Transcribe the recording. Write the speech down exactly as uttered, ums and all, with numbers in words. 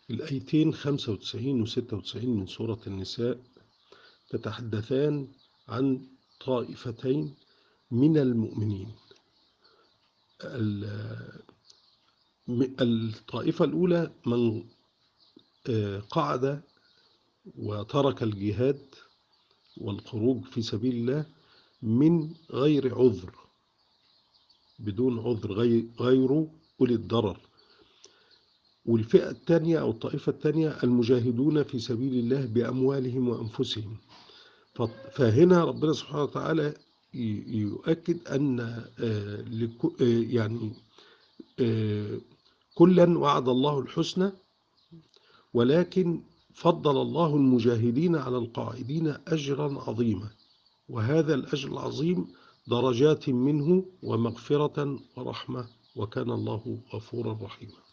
الآيتين خمسة وتسعين وستة وتسعين من سورة النساء تتحدثان عن طائفتين من المؤمنين. الطائفة الأولى من قعد وترك الجهاد والخروج في سبيل الله من غير عذر، بدون عذر، غير أولي الضرر. والفئة الثانية أو الطائفة الثانية المجاهدون في سبيل الله بأموالهم وأنفسهم. فهنا ربنا سبحانه وتعالى يؤكد أن يعني كلا وعد الله الحسنى، ولكن فضل الله المجاهدين على القاعدين أجرا عظيما، وهذا الأجر العظيم درجات منه ومغفرة ورحمة، وكان الله غفورا رحيما.